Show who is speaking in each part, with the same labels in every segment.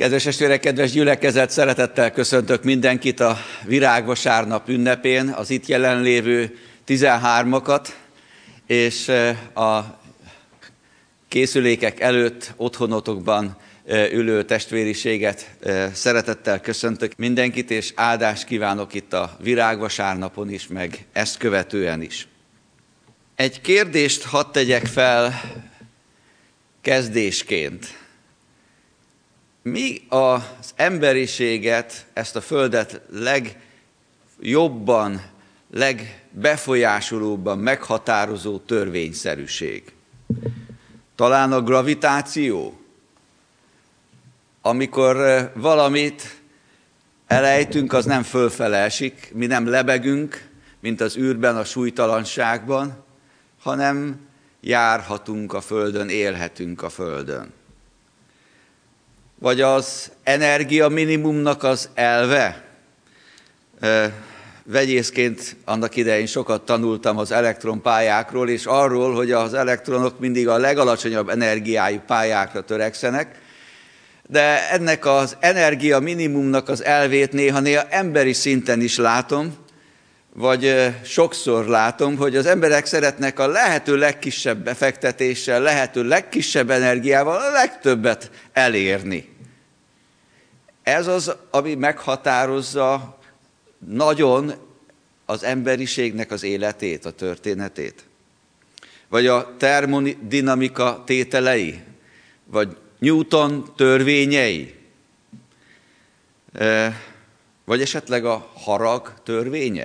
Speaker 1: Kedves testvérek, kedves gyülekezet, szeretettel köszöntök mindenkit a Virágvasárnap ünnepén, az itt jelenlévő 13-akat, és a készülékek előtt otthonotokban ülő testvériséget szeretettel köszöntök mindenkit, és áldást kívánok itt a Virágvasárnapon is, meg ezt követően is. Egy kérdést hadd tegyek fel kezdésként. Mi az emberiséget, ezt a földet legjobban, legbefolyásolóbban meghatározó törvényszerűség? Talán a gravitáció? Amikor valamit elejtünk, az nem fölfele esik, mi nem lebegünk, mint az űrben, a súlytalanságban, hanem járhatunk a földön, élhetünk a földön. Vagy az energia minimumnak az elve. Vegyészként annak idején sokat tanultam az elektronpályákról, és arról, hogy az elektronok mindig a legalacsonyabb energiájú pályákra törekszenek, de ennek az energia minimumnak az elvét néha emberi szinten is látom, vagy sokszor látom, hogy az emberek szeretnek a lehető legkisebb befektetéssel, lehető legkisebb energiával a legtöbbet elérni. Ez az, ami meghatározza nagyon az emberiségnek az életét, a történetét. Vagy a termodinamika tételei, vagy Newton törvényei, vagy esetleg a harag törvénye.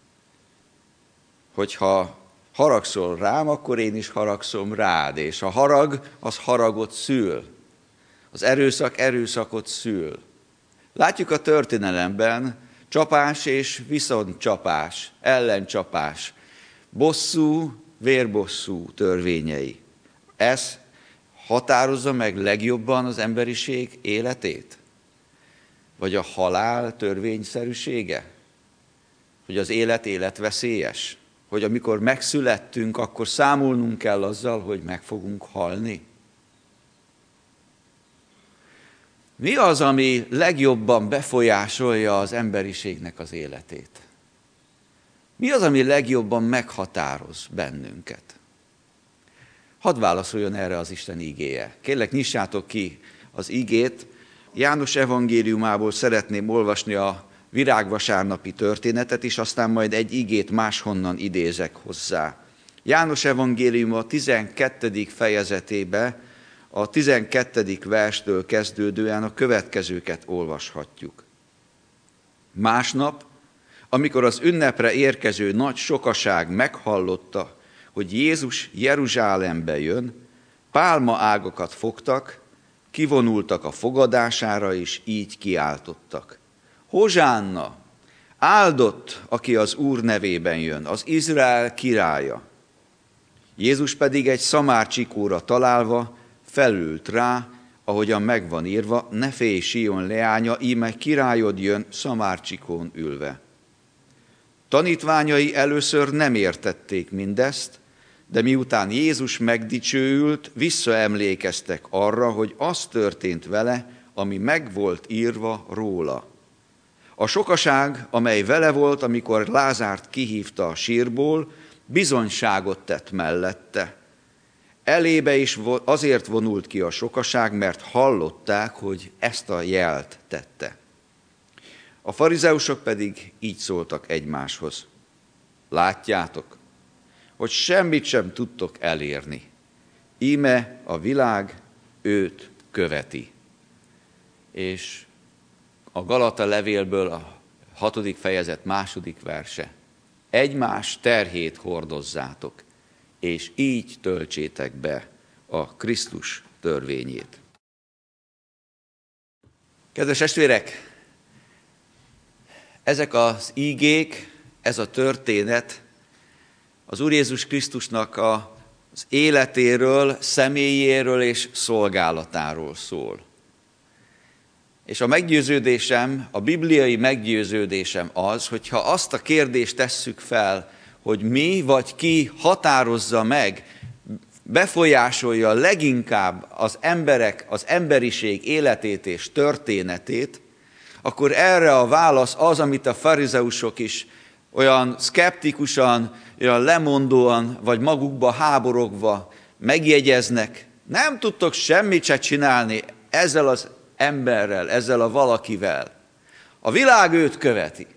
Speaker 1: Hogyha haragszol rám, akkor én is haragszom rád, és a harag, az haragot szül. Az erőszak erőszakot szül. Látjuk a történelemben csapás és viszontcsapás, ellencsapás, bosszú, vérbosszú törvényei. Ez határozza meg legjobban az emberiség életét? Vagy a halál törvényszerűsége? Hogy az élet életveszélyes? Hogy amikor megszülettünk, akkor számolnunk kell azzal, hogy meg fogunk halni? Mi az, ami legjobban befolyásolja az emberiségnek az életét? Mi az, ami legjobban meghatároz bennünket? Hadd válaszoljon erre az Isten igéje. Kérlek, nyissátok ki az igét. János evangéliumából szeretném olvasni a virágvasárnapi történetet, és aztán majd egy igét máshonnan idézek hozzá. János evangélium a 12. fejezetébe, a 12. verstől kezdődően a következőket olvashatjuk. Másnap, amikor az ünnepre érkező nagy sokaság meghallotta, hogy Jézus Jeruzsálembe jön, pálmaágakat fogtak, kivonultak a fogadására, és így kiáltottak. Hozsánna! Áldott, aki az Úr nevében jön, az Izrael királya! Jézus pedig egy szamárcsikóra találva felült rá, ahogyan megvan írva, ne félj, Sion leánya, íme királyod jön szamárcsikón ülve. Tanítványai először nem értették mindezt, de miután Jézus megdicsőült, visszaemlékeztek arra, hogy az történt vele, ami meg volt írva róla. A sokaság, amely vele volt, amikor Lázárt kihívta a sírból, bizonyságot tett mellette. Elébe is azért vonult ki a sokaság, mert hallották, hogy ezt a jelt tette. A farizeusok pedig így szóltak egymáshoz. Látjátok, hogy semmit sem tudtok elérni. Íme a világ őt követi. És a Galata levélből a 6. fejezet 2. verse. Egymás terhét hordozzátok, és így töltsétek be a Krisztus törvényét. Kedves testvérek, ezek az ígék, ez a történet az Úr Jézus Krisztusnak az életéről, személyéről és szolgálatáról szól. És a meggyőződésem, a bibliai meggyőződésem az, hogyha azt a kérdést tesszük fel, hogy mi vagy ki határozza meg befolyásolja leginkább az emberek, az emberiség életét és történetét, akkor erre a válasz az, amit a farizeusok is olyan szkeptikusan, olyan lemondóan, vagy magukba háborogva megjegyeznek. Nem tudtok semmit se csinálni ezzel az emberrel, ezzel a valakivel. A világ őt követi.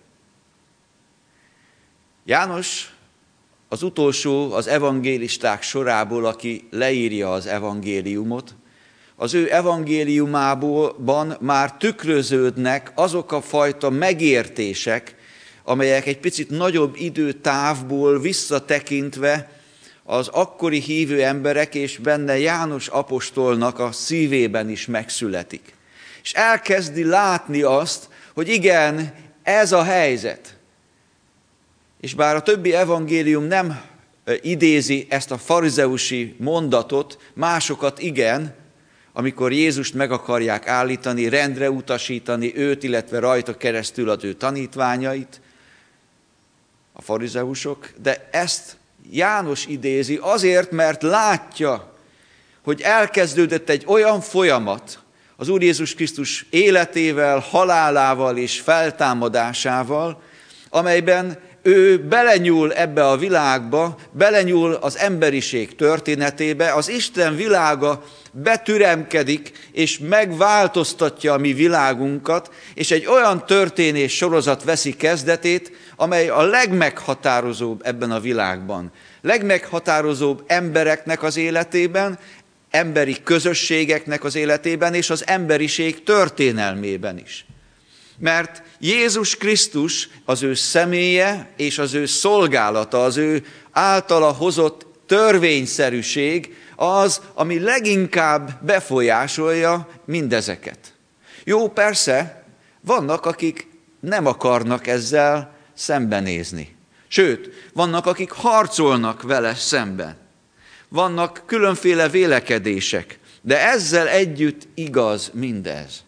Speaker 1: János az utolsó az evangélisták sorából, aki leírja az evangéliumot, az ő evangéliumában már tükröződnek azok a fajta megértések, amelyek egy picit nagyobb időtávból visszatekintve az akkori hívő emberek és benne János apostolnak a szívében is megszületik. És elkezdi látni azt, hogy igen, ez a helyzet. És bár a többi evangélium nem idézi ezt a farizeusi mondatot, másokat igen, amikor Jézust meg akarják állítani, rendre utasítani őt, illetve rajta keresztül az ő tanítványait, a farizeusok, de ezt János idézi azért, mert látja, hogy elkezdődött egy olyan folyamat az Úr Jézus Krisztus életével, halálával és feltámadásával, amelyben ő belenyúl ebbe a világba, belenyúl az emberiség történetébe, az Isten világa betüremkedik, és megváltoztatja a mi világunkat, és egy olyan történés sorozat veszi kezdetét, amely a legmeghatározóbb ebben a világban. Legmeghatározóbb embereknek az életében, emberi közösségeknek az életében, és az emberiség történelmében is. Mert Jézus Krisztus, az ő személye és az ő szolgálata, az ő általa hozott törvényszerűség az, ami leginkább befolyásolja mindezeket. Jó, persze, vannak, akik nem akarnak ezzel szembenézni. Sőt, vannak, akik harcolnak vele szemben. Vannak különféle vélekedések, de ezzel együtt igaz mindez.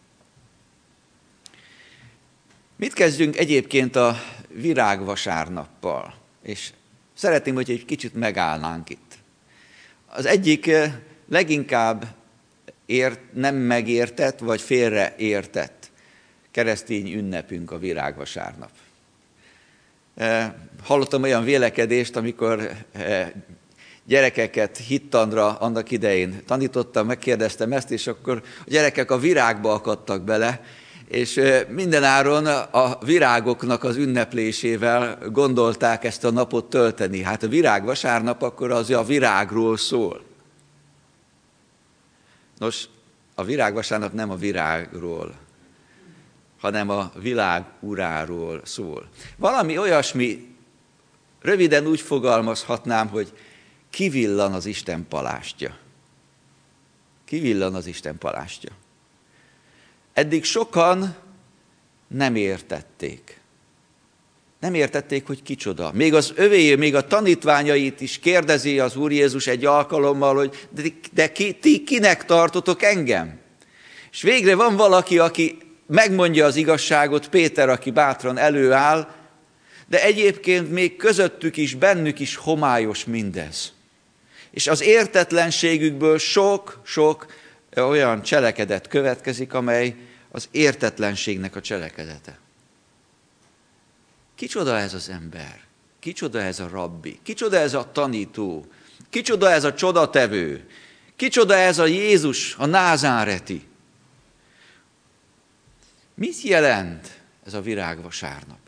Speaker 1: Mit kezdjünk egyébként a virágvasárnappal? És szeretném, hogy egy kicsit megállnánk itt. Az egyik leginkább nem megértett, vagy félreértett keresztény ünnepünk a virágvasárnap. Hallottam olyan vélekedést, amikor gyerekeket hittanra annak idején tanítottam, megkérdeztem ezt, és akkor a gyerekek a virágba akadtak bele, és mindenáron a virágoknak az ünneplésével gondolták ezt a napot tölteni. Hát a virágvasárnap akkor az a virágról szól. Nos, a virágvasárnap nem a virágról, hanem a világ uráról szól. Valami olyasmi, röviden úgy fogalmazhatnám, hogy kivillan az Isten palástja. Kivillan az Isten palástja. Eddig sokan nem értették. Nem értették, hogy kicsoda. Még az övéi, még a tanítványait is kérdezi az Úr Jézus egy alkalommal, hogy de ti kinek tartotok engem? És végre van valaki, aki megmondja az igazságot, Péter, aki bátran előáll, de egyébként még közöttük is, bennük is homályos mindez. És az értetlenségükből sok-sok olyan cselekedet következik, amely az értetlenségnek a cselekedete. Kicsoda ez az ember? Kicsoda ez a rabbi? Kicsoda ez a tanító? Kicsoda ez a csodatevő? Kicsoda ez a Jézus, a názáreti? Mit jelent ez a virágvasárnap?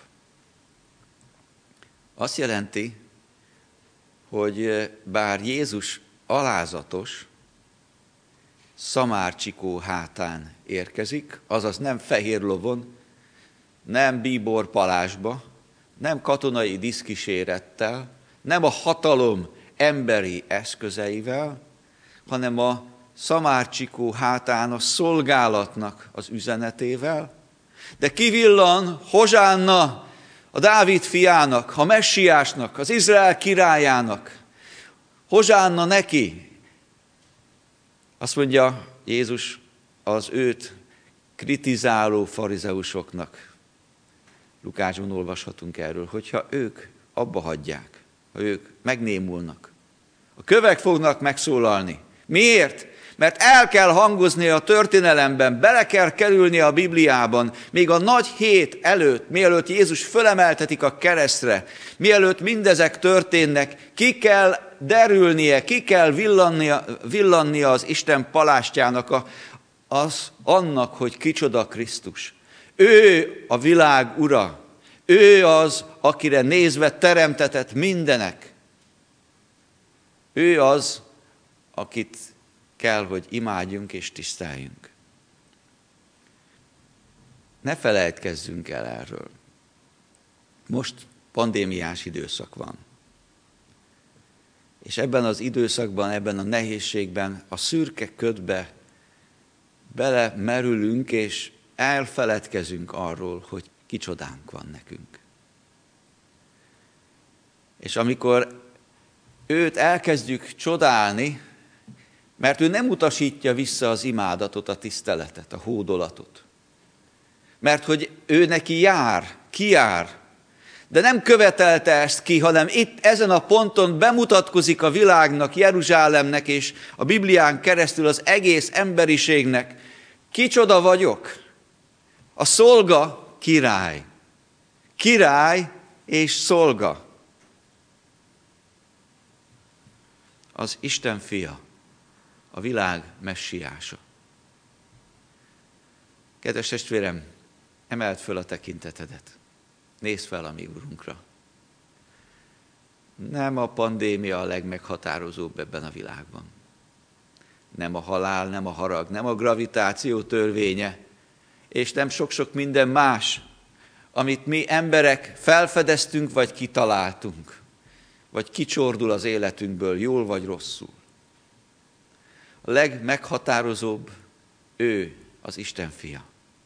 Speaker 1: Azt jelenti, hogy bár Jézus alázatos, szamárcsikó hátán érkezik, azaz nem fehér lovon, nem bíborpalásba, nem katonai díszkísérettel, nem a hatalom emberi eszközeivel, hanem a szamárcsikó hátán a szolgálatnak az üzenetével, de kivillan Hozsánna, a Dávid fiának, a messiásnak, az Izrael királyának. Hozsánna neki. Azt mondja Jézus az őt kritizáló farizeusoknak. Lukácsban olvashatunk erről, hogyha ők abba hagyják, ha ők megnémulnak, A kövek fognak megszólalni. Miért? Mert el kell hangozni a történelemben, bele kell kerülni a Bibliában, még a nagy hét előtt, mielőtt Jézus fölemeltetik a keresztre, mielőtt mindezek történnek, ki kell derülnie, ki kell villannia az Isten palástjának annak, hogy kicsoda Krisztus. Ő a világ ura, ő az, akire nézve teremtetett mindenek. Ő az, akit kell, hogy imádjunk és tiszteljünk. Ne felejtkezzünk el erről. Most pandémiás időszak van. És ebben az időszakban, ebben a nehézségben, a szürke ködbe belemerülünk, és elfeledkezünk arról, hogy kicsodánk van nekünk. És amikor őt elkezdjük csodálni, mert ő nem utasítja vissza az imádatot, a tiszteletet, a hódolatot. Mert hogy ő neki kijár, de nem követelte ezt ki, hanem itt ezen a ponton bemutatkozik a világnak, Jeruzsálemnek és a Biblián keresztül az egész emberiségnek. Kicsoda vagyok? A szolga király. Király és szolga. Az Isten fia, a világ messiása. Kedves testvérem, emeld föl a tekintetedet. Nézd fel a mi Urunkra. Nem a pandémia a legmeghatározóbb ebben a világban. Nem a halál, nem a harag, nem a gravitáció törvénye, és nem sok-sok minden más, amit mi emberek felfedeztünk, vagy kitaláltunk, vagy kicsordul az életünkből, jól vagy rosszul. A legmeghatározóbb ő, az Isten fia.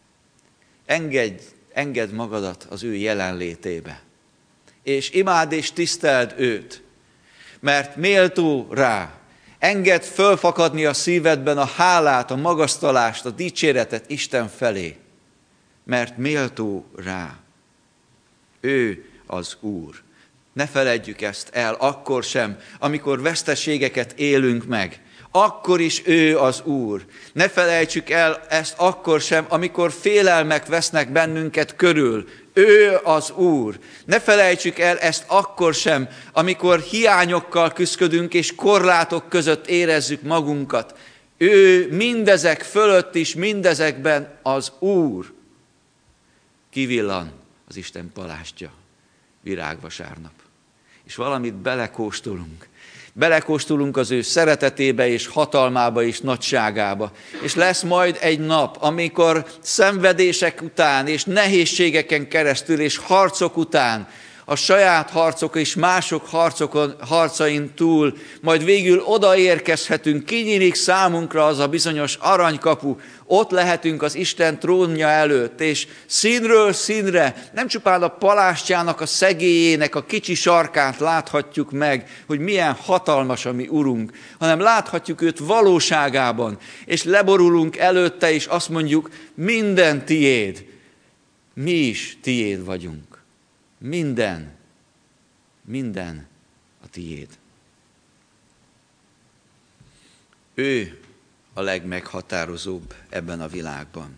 Speaker 1: Engedd magadat az ő jelenlétébe, és imád és tiszteld őt, mert méltó rá. Engedd fölfakadni a szívedben a hálát, a magasztalást, a dicséretet Isten felé, mert méltó rá. Ő az Úr. Ne feledjük ezt el akkor sem, amikor veszteségeket élünk meg. Akkor is ő az Úr. Ne felejtsük el ezt akkor sem, amikor félelmek vesznek bennünket körül. Ő az Úr. Ne felejtsük el ezt akkor sem, amikor hiányokkal küszködünk és korlátok között érezzük magunkat. Ő mindezek fölött is, mindezekben az Úr. Kivillan az Isten palástja virágvasárnap. És valamit belekóstolunk. Belekóstolunk az ő szeretetébe és hatalmába és nagyságába. És lesz majd egy nap, amikor szenvedések után és nehézségeken keresztül és harcok után, a saját harcok és mások harcain túl, majd végül odaérkezhetünk, kinyílik számunkra az a bizonyos aranykapu, ott lehetünk az Isten trónja előtt, és színről színre, nem csupán a palástjának, a szegélyének a kicsi sarkát láthatjuk meg, hogy milyen hatalmas a mi Urunk, hanem láthatjuk őt valóságában, és leborulunk előtte, és azt mondjuk, minden tiéd, mi is tiéd vagyunk. Minden a tiéd. Ő a legmeghatározóbb ebben a világban.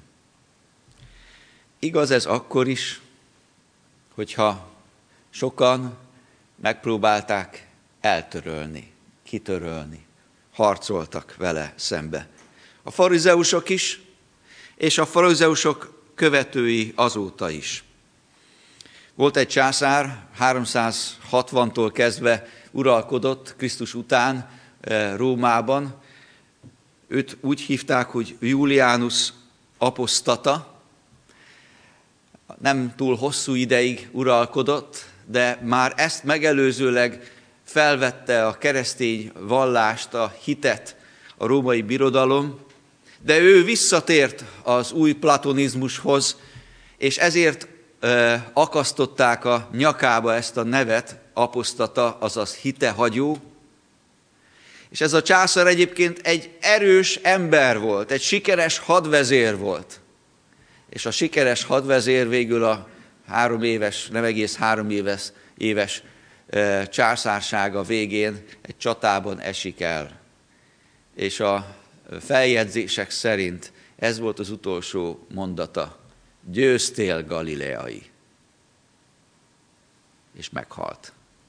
Speaker 1: Igaz ez akkor is, hogyha sokan megpróbálták eltörölni, kitörölni, harcoltak vele szembe. A farizeusok is, és a farizeusok követői azóta is. Volt egy császár, 360-tól kezdve uralkodott Krisztus után Rómában. Őt úgy hívták, hogy Julianus apostata. Nem túl hosszú ideig uralkodott, de már ezt megelőzőleg felvette a keresztény vallást, a hitet a római birodalom, de ő visszatért az új platonizmushoz, és ezért akasztották a nyakába ezt a nevet, apostata, azaz hitehagyó. És ez a császár egyébként egy erős ember volt, egy sikeres hadvezér volt. És a sikeres hadvezér végül a 3 éves, nem egész 3 éves császársága végén egy csatában esik el. És a feljegyzések szerint ez volt az utolsó mondata. Győztél, galileai. És meghalt.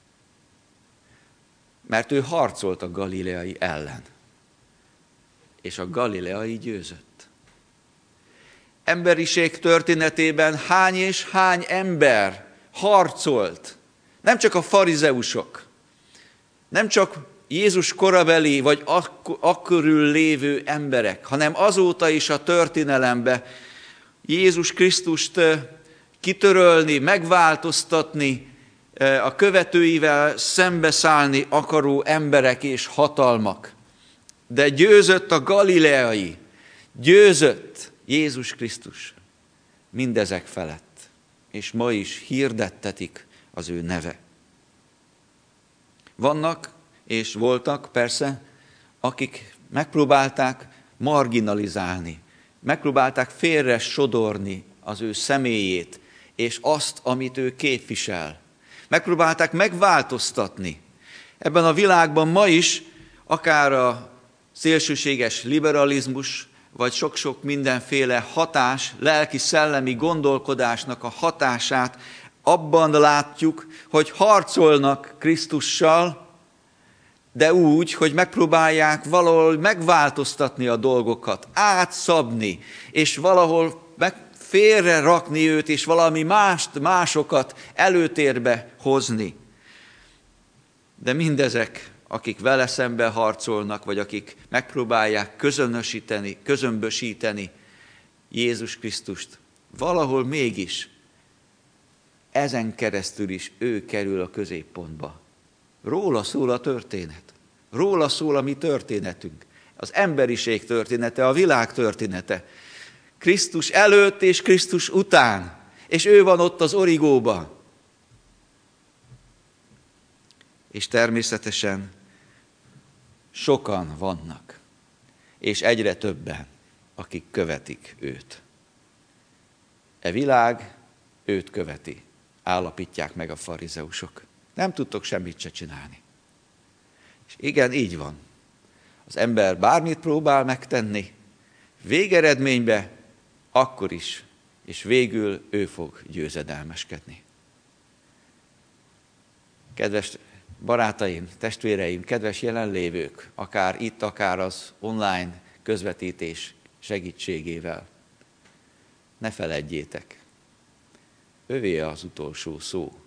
Speaker 1: Mert ő harcolt a galileai ellen. És a galileai győzött. Emberiség történetében hány és hány ember harcolt. Nem csak a farizeusok, nem csak Jézus korabeli vagy akkörül lévő emberek, hanem azóta is a történelemben Jézus Krisztust kitörölni, megváltoztatni, a követőivel szembeszállni akaró emberek és hatalmak. De győzött a galileai, győzött Jézus Krisztus mindezek felett, és ma is hirdettetik az ő neve. Vannak és voltak persze, akik megpróbálták marginalizálni, megpróbálták félre sodorni az ő személyét, és azt, amit ő képvisel. Megpróbálták megváltoztatni. Ebben a világban ma is, akár a szélsőséges liberalizmus, vagy sok-sok mindenféle hatás, lelki-szellemi gondolkodásnak a hatását abban látjuk, hogy harcolnak Krisztussal, de úgy, hogy megpróbálják valahol megváltoztatni a dolgokat, átszabni, és valahol félre rakni őt, és valami másokat előtérbe hozni. De mindezek, akik vele szemben harcolnak, vagy akik megpróbálják közömbösíteni Jézus Krisztust, valahol mégis ezen keresztül is ő kerül a középpontba. Róla szól a történet. Róla szól a mi történetünk. Az emberiség története, a világ története. Krisztus előtt és Krisztus után. És ő van ott az origóban. És természetesen sokan vannak. És egyre többen, akik követik őt. E világ őt követi. Állapítják meg a farizeusok. Nem tudtok semmit se csinálni. És igen, így van. Az ember bármit próbál megtenni, végeredményben akkor is, és végül ő fog győzedelmeskedni. Kedves barátaim, testvéreim, kedves jelenlévők, akár itt, akár az online közvetítés segítségével, ne feledjétek, övé az utolsó szó.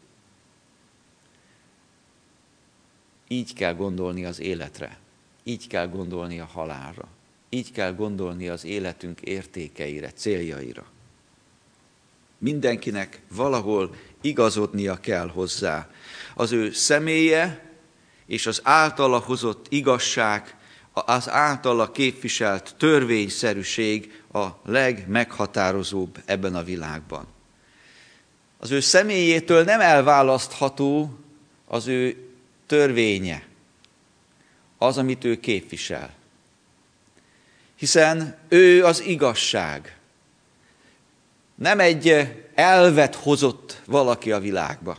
Speaker 1: Így kell gondolni az életre, így kell gondolni a halálra, így kell gondolni az életünk értékeire, céljaira. Mindenkinek valahol igazodnia kell hozzá. Az ő személye és az általa hozott igazság, az általa képviselt törvényszerűség a legmeghatározóbb ebben a világban. Az ő személyétől nem elválasztható az ő törvénye, az, amit ő képvisel. Hiszen ő az igazság. Nem egy elvet hozott valaki a világba.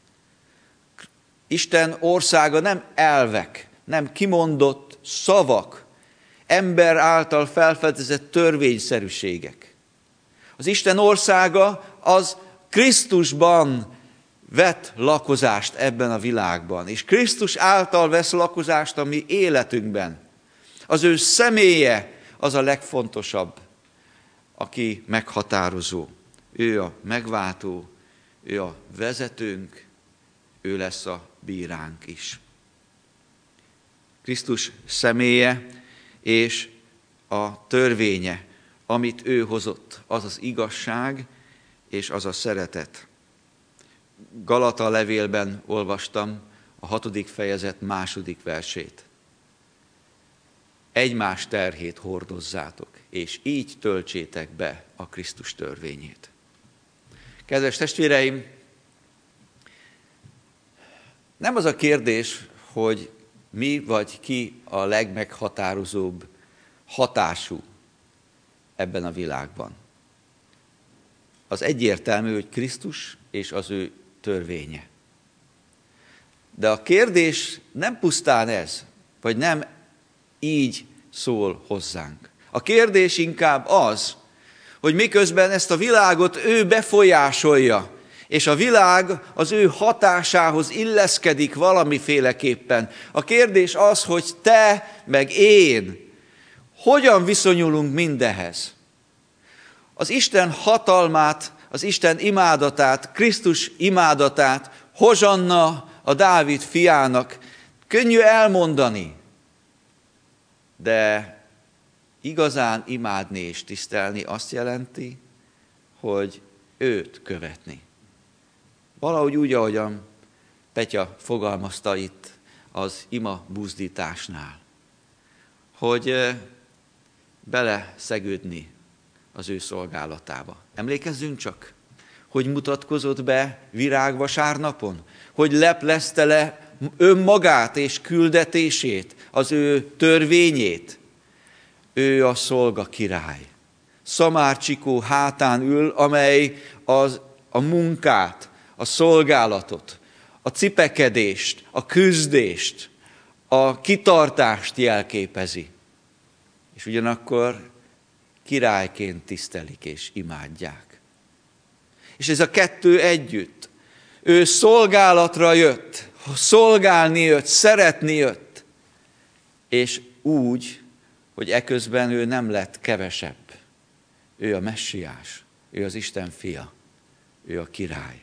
Speaker 1: Isten országa nem elvek, nem kimondott szavak, ember által felfedezett törvényszerűségek. Az Isten országa az Krisztusban vett lakozást ebben a világban, és Krisztus által vesz lakozást a mi életünkben. Az ő személye az a legfontosabb, aki meghatározó. Ő a megváltó, ő a vezetőnk, ő lesz a bíránk is. Krisztus személye és a törvénye, amit ő hozott, az az igazság és az a szeretet. Galata levélben olvastam a 6. fejezet 2. versét. Egymás terhét hordozzátok, és így töltsétek be a Krisztus törvényét. Kedves testvéreim, nem az a kérdés, hogy mi vagy ki a legmeghatározóbb hatású ebben a világban. Az egyértelmű, hogy Krisztus és az ő törvénye. De a kérdés nem pusztán ez, vagy nem így szól hozzánk. A kérdés inkább az, hogy miközben ezt a világot ő befolyásolja, és a világ az ő hatásához illeszkedik valamiféleképpen. A kérdés az, hogy te meg én hogyan viszonyulunk mindehez. Az Isten hatalmát, az Isten imádatát, Krisztus imádatát, hozsanna a Dávid fiának könnyű elmondani, de igazán imádni és tisztelni azt jelenti, hogy őt követni. Valahogy úgy, ahogyan Petya fogalmazta itt az ima buzdításnál, hogy beleszegődni az ő szolgálatába. Emlékezzünk csak, hogy mutatkozott be virágvasárnapon, hogy leplezte le önmagát és küldetését, az ő törvényét. Ő a szolga király. Szamárcsikó hátán ül, amely a munkát, a szolgálatot, a cipekedést, a küzdést, a kitartást jelképezi. És ugyanakkor királyként tisztelik és imádják. És ez a kettő együtt. Ő szolgálatra jött, szolgálni jött, szeretni jött, és úgy, hogy eközben ő nem lett kevesebb. Ő a messiás, ő az Isten fia, ő a király.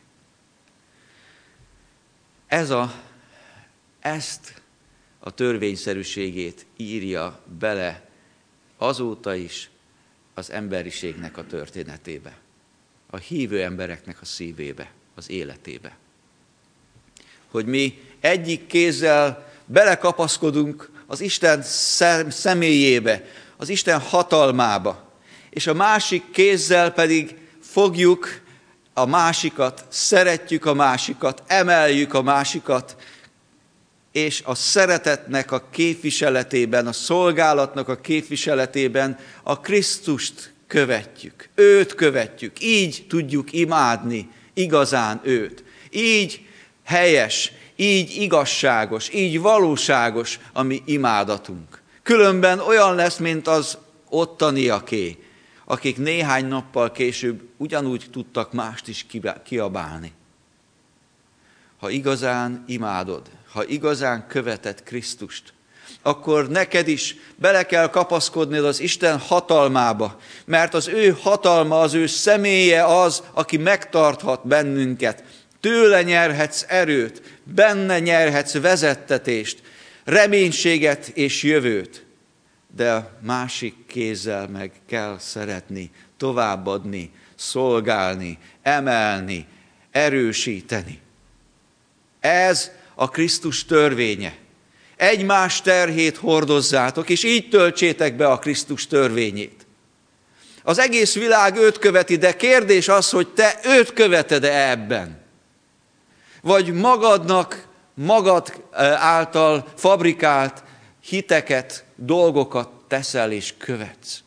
Speaker 1: Ezt a törvényszerűségét írja bele azóta is az emberiségnek a történetébe, a hívő embereknek a szívébe, az életébe. Hogy mi egyik kézzel belekapaszkodunk az Isten személyébe, az Isten hatalmába, és a másik kézzel pedig fogjuk a másikat, szeretjük a másikat, emeljük a másikat, és a szeretetnek a képviseletében, a szolgálatnak a képviseletében a Krisztust követjük, őt követjük, így tudjuk imádni igazán őt. Így helyes, így igazságos, így valóságos a mi imádatunk. Különben olyan lesz, mint az ottaniaké, akik néhány nappal később ugyanúgy tudtak mást is kiabálni. Ha igazán imádod, ha igazán követed Krisztust, akkor neked is bele kell kapaszkodnod az Isten hatalmába, mert az ő hatalma, az ő személye az, aki megtarthat bennünket. Tőle nyerhetsz erőt, benne nyerhetsz vezettetést, reménységet és jövőt, de másik kézzel meg kell szeretni, továbbadni, szolgálni, emelni, erősíteni. Ez a Krisztus törvénye. Egymás terhét hordozzátok, és így töltsétek be a Krisztus törvényét. Az egész világ őt követi, de kérdés az, hogy te őt követed-e ebben? Vagy magad által fabrikált hiteket, dolgokat teszel és követsz.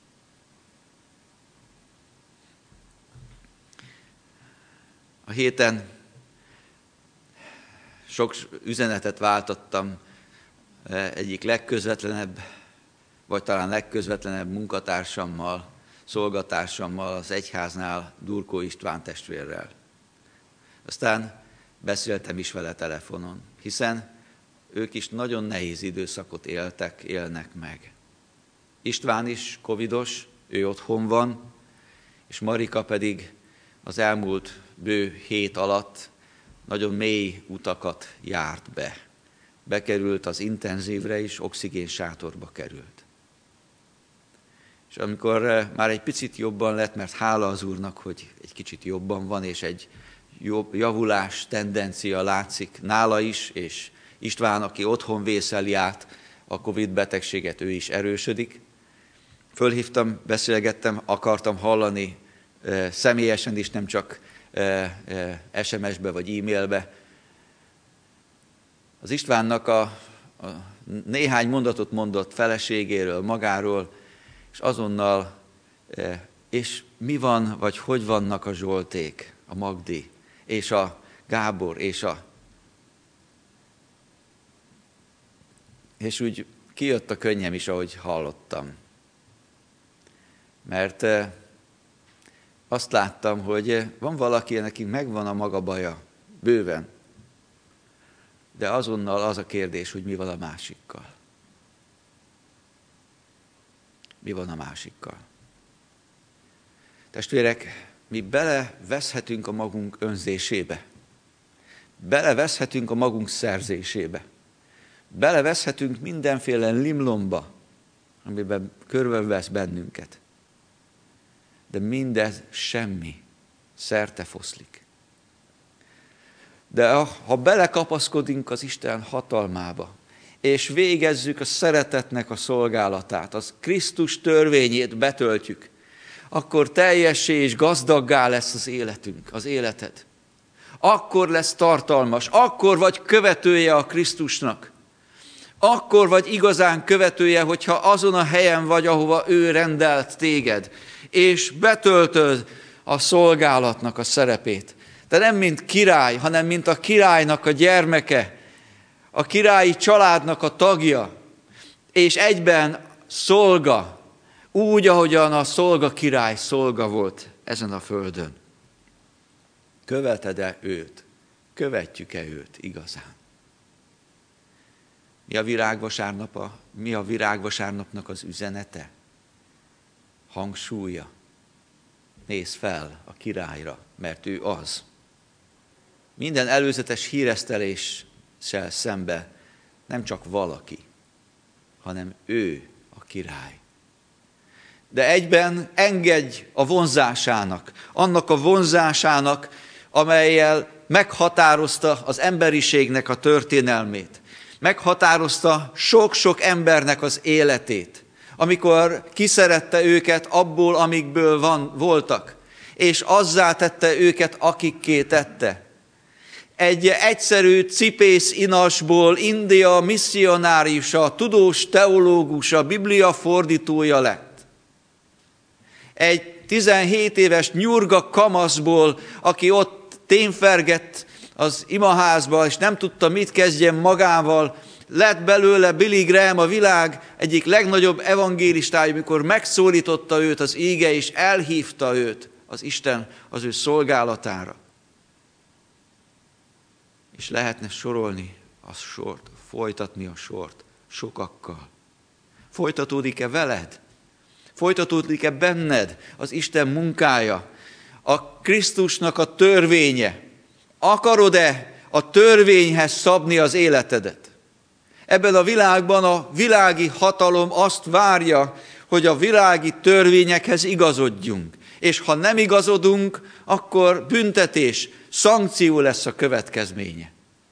Speaker 1: A héten sok üzenetet váltottam egyik legközvetlenebb, vagy talán legközvetlenebb munkatársammal, szolgatársammal, az egyháznál, Durkó István testvérrel. Aztán beszéltem is vele telefonon, hiszen ők is nagyon nehéz időszakot élnek meg. István is covidos, ő otthon van, és Marika pedig az elmúlt bő hét alatt nagyon mély utakat járt be. Bekerült az intenzívre is, oxigénsátorba került. És amikor már egy picit jobban lett, mert hála az Úrnak, hogy egy kicsit jobban van, és egy javulás tendencia látszik nála is, és István, aki otthon vészeli át a Covid betegséget, ő is erősödik. Fölhívtam, beszélgettem, akartam hallani személyesen is, nem csak SMS-be vagy e-mailbe. Az Istvánnak a néhány mondatot mondott feleségéről, magáról, és azonnal, és mi van, vagy hogy vannak a Zsolték, a Magdi, és a Gábor, És úgy kijött a könnyem is, ahogy hallottam. Mert azt láttam, hogy van valaki, neki megvan a maga baja, bőven. De azonnal az a kérdés, hogy mi van a másikkal. Mi van a másikkal? Testvérek, mi beleveszhetünk a magunk önzésébe. Beleveszhetünk a magunk szerzésébe. Beleveszhetünk mindenféle limlomba, amiben körbevesz bennünket. De mindez semmi, szerte foszlik. De ha belekapaszkodunk az Isten hatalmába, és végezzük a szeretetnek a szolgálatát, az Krisztus törvényét betöltjük, akkor teljessé és gazdaggá lesz az életünk, az életed. Akkor lesz tartalmas, akkor vagy követője a Krisztusnak. Akkor vagy igazán követője, hogyha azon a helyen vagy, ahova ő rendelt téged, és betöltöd a szolgálatnak a szerepét. De nem mint király, hanem mint a királynak a gyermeke, a királyi családnak a tagja, és egyben szolga, úgy, ahogyan a szolga király szolga volt ezen a földön. Követed-e őt? Követjük-e őt igazán? Mi a virágvasárnapnak az üzenete? Hangsúlya. Nézz fel a királyra, mert ő az. Minden előzetes híreszteléssel szembe nem csak valaki, hanem ő a király. De egyben engedj a vonzásának, annak a vonzásának, amellyel meghatározta az emberiségnek a történelmét. Meghatározta sok-sok embernek az életét, amikor kiszerette őket abból, amikből voltak, és azzá tette őket, akikké tette. Egy egyszerű cipész inasból India misszionáriusa, tudós teológusa, Biblia fordítója lett. Egy 17 éves nyurga kamaszból, aki ott témfergett az imaházba, és nem tudta, mit kezdjen magával, lett belőle Billy Graham, a világ egyik legnagyobb evangélistája, amikor megszólította őt az íge, és elhívta őt az Isten az ő szolgálatára. És lehetne sorolni a sort, folytatni a sort sokakkal. Folytatódik-e veled? Folytatódik-e benned az Isten munkája? A Krisztusnak a törvénye? Akarod-e a törvényhez szabni az életedet? Ebben a világban a világi hatalom azt várja, hogy a világi törvényekhez igazodjunk. És ha nem igazodunk, akkor büntetés, szankció lesz a következménye.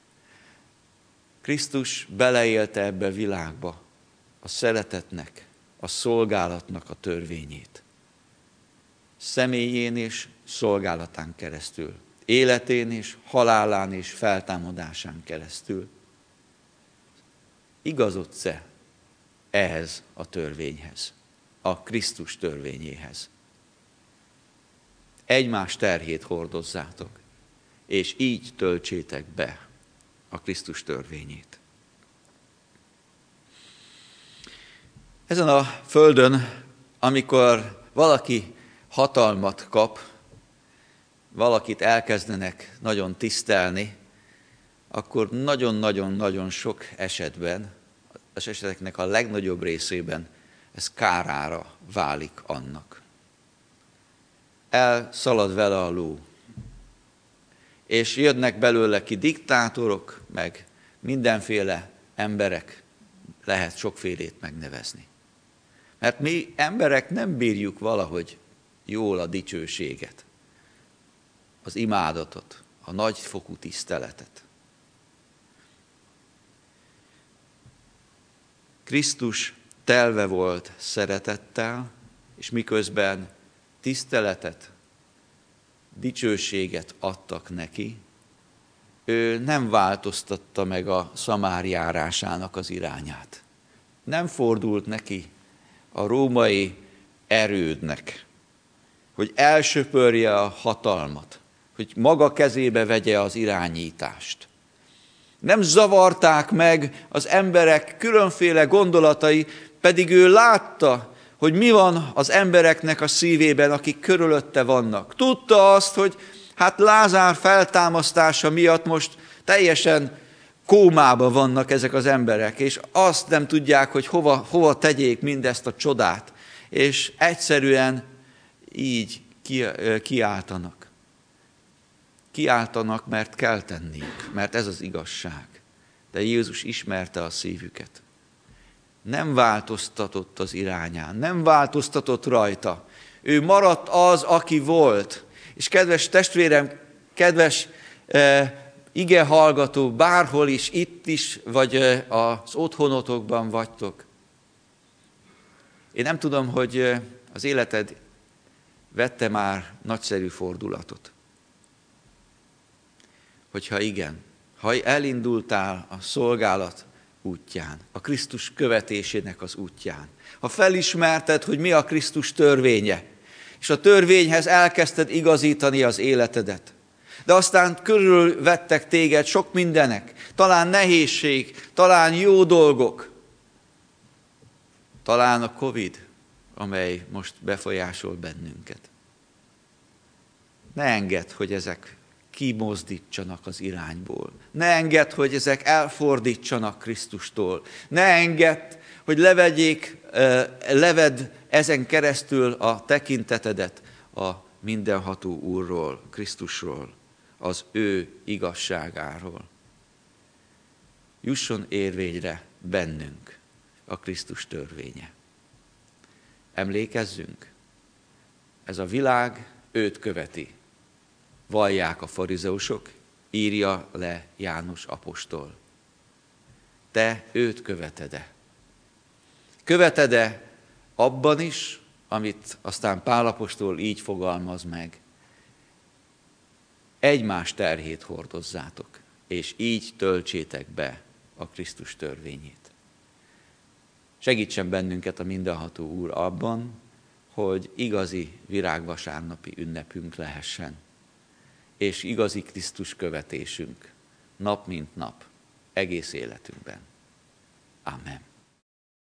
Speaker 1: Krisztus beleélte ebbe a világba a szeretetnek, a szolgálatnak a törvényét. Személyén és szolgálatán keresztül, életén és halálán és feltámadásán keresztül. Igazodsz-e ehhez a törvényhez, a Krisztus törvényéhez? Egymás terhét hordozzátok, és így töltsétek be a Krisztus törvényét. Ezen a földön, amikor valaki hatalmat kap, valakit elkezdenek nagyon tisztelni, akkor nagyon-nagyon-nagyon sok esetben, az eseteknek a legnagyobb részében ez kárára válik annak. Elszalad vele a ló, és jönnek belőle ki diktátorok, meg mindenféle emberek, lehet sokfélét megnevezni. Mert mi emberek nem bírjuk valahogy jól a dicsőséget, az imádatot, a nagyfokú tiszteletet. Krisztus telve volt szeretettel, és miközben tiszteletet, dicsőséget adtak neki, ő nem változtatta meg a Szamár járásának az irányát. Nem fordult neki a római erődnek, hogy elsöpörje a hatalmat, hogy maga kezébe vegye az irányítást. Nem zavarták meg az emberek különféle gondolatai, pedig ő látta, hogy mi van az embereknek a szívében, akik körülötte vannak. Tudta azt, hogy hát Lázár feltámasztása miatt most teljesen kómában vannak ezek az emberek, és azt nem tudják, hogy hova tegyék mindezt a csodát, és egyszerűen így kiáltanak. Kiáltanak, mert kell tenniük, mert ez az igazság. De Jézus ismerte a szívüket. Nem változtatott az irányán, nem változtatott rajta. Ő maradt az, aki volt. És kedves testvérem, kedves ige hallgató, bárhol is, itt is, vagy az otthonotokban vagytok. Én nem tudom, hogy az életed vette már nagyszerű fordulatot. Hogyha igen, ha elindultál a szolgálat útján, a Krisztus követésének az útján, ha felismerted, hogy mi a Krisztus törvénye, és a törvényhez elkezdted igazítani az életedet, de aztán körülvettek téged sok mindenek, talán nehézség, talán jó dolgok, talán a Covid, amely most befolyásol bennünket. Ne engedd, hogy ezek kimozdítsanak az irányból. Ne engedd, hogy ezek elfordítsanak Krisztustól. Ne engedd, hogy levedd ezen keresztül a tekintetedet a mindenható Úrról, Krisztusról, az ő igazságáról. Jusson érvényre bennünk a Krisztus törvénye. Emlékezzünk, ez a világ őt követi. Vallják a farizeusok, írja le János apostol. Te őt követed-e? Követed-e abban is, amit aztán Pál apostol így fogalmaz meg? Egymás terhét hordozzátok, és így töltsétek be a Krisztus törvényét. Segítsen bennünket a mindenható Úr abban, hogy igazi virágvasárnapi ünnepünk lehessen, és igazi Krisztus követésünk nap mint nap, egész életünkben. Amen.